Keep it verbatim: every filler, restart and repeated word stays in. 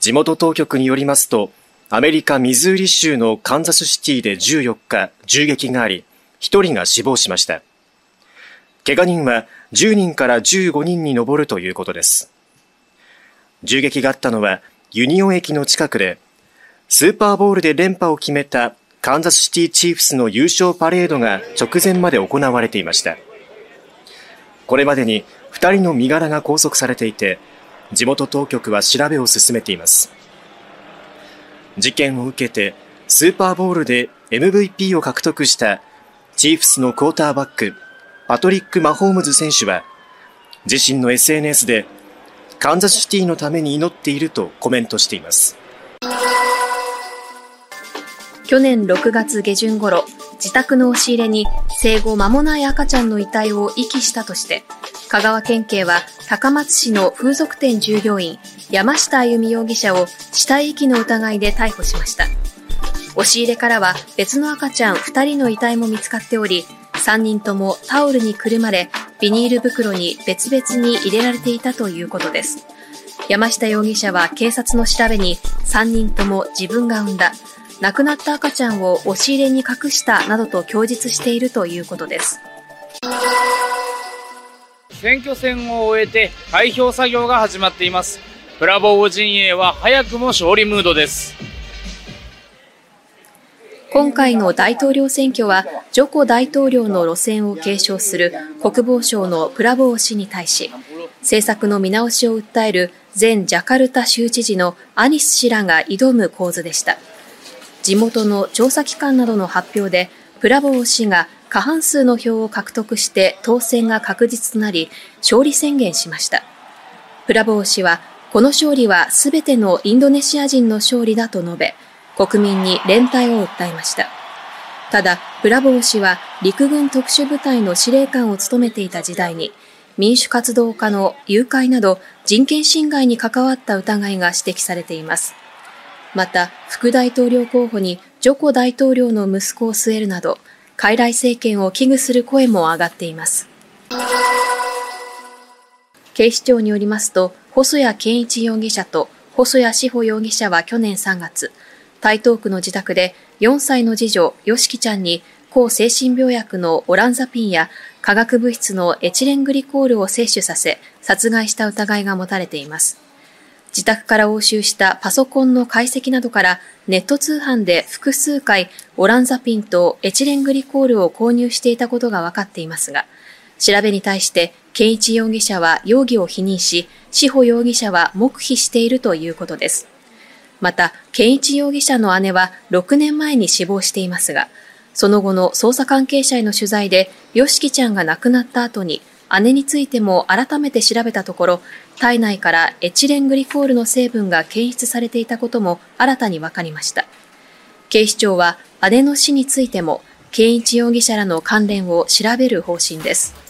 地元当局によりますと、アメリカ・ミズーリ州のカンザスシティでじゅうよっか、銃撃があり、ひとりが死亡しました。怪我人はじゅうにんからじゅうごにんに上るということです。銃撃があったのはユニオン駅の近くで、スーパーボウルで連覇を決めたカンザスシティチーフスの優勝パレードが直前まで行われていました。これまでにふたりの身柄が拘束されていて、地元当局は調べを進めています。事件を受けてスーパーボウルで エムブイピー を獲得したチーフスのクォーターバックパトリック・マホームズ選手は自身の エスエヌエス でカンザスシティのために祈っているとコメントしています。 去年ろくがつげじゅん頃、自宅の押し入れに生後間もない赤ちゃんの遺体を遺棄したとして、香川県警は高松市の風俗店従業員山下歩容疑者を死体遺棄の疑いで逮捕しました。押し入れからは別の赤ちゃんふたりの遺体も見つかっており、さんにんともタオルにくるまれ、ビニール袋に別々に入れられていたということです。山下容疑者は警察の調べに、さんにんとも自分が産んだ、亡くなった赤ちゃんを押し入れに隠したなどと供述しているということです。 選挙戦を終えて開票作業が始まっています。ブラボー陣営は早くも勝利ムードです。 今回の大統領選挙はジョコ大統領の路線を継承する国防省のプラボー氏に対し、政策の見直しを訴える前ジャカルタ州知事のアニス氏らが挑む構図でした。地元の調査機関などの発表で、プラボー氏が過半数の票を獲得して当選が確実となり、勝利宣言しました。プラボー氏は、この勝利はすべてのインドネシア人の勝利だと述べ、国民に連帯を訴えました。ただ、プラボー氏は陸軍特殊部隊の司令官を務めていた時代に、民主活動家の誘拐など人権侵害に関わった疑いが指摘されています。また、副大統領候補にジョコ大統領の息子を据えるなど、傀儡政権を危惧する声も上がっています。警視庁によりますと、細谷健一容疑者と細谷志保容疑者は去年さんがつ、台東区の自宅でよんさいの次女、よしきちゃんに抗精神病薬のオランザピンや化学物質のエチレングリコールを摂取させ、殺害した疑いが持たれています。自宅から押収したパソコンの解析などからネット通販で複数回オランザピンとエチレングリコールを購入していたことが分かっていますが、調べに対して健一容疑者は容疑を否認し、志保容疑者は黙秘しているということです。また、健一容疑者の姉はろくねんまえに死亡していますが、その後の捜査関係者への取材で、よしきちゃんが亡くなった後に、姉についても改めて調べたところ、体内からエチレングリコールの成分が検出されていたことも新たに分かりました。警視庁は姉の死についても、健一容疑者らの関連を調べる方針です。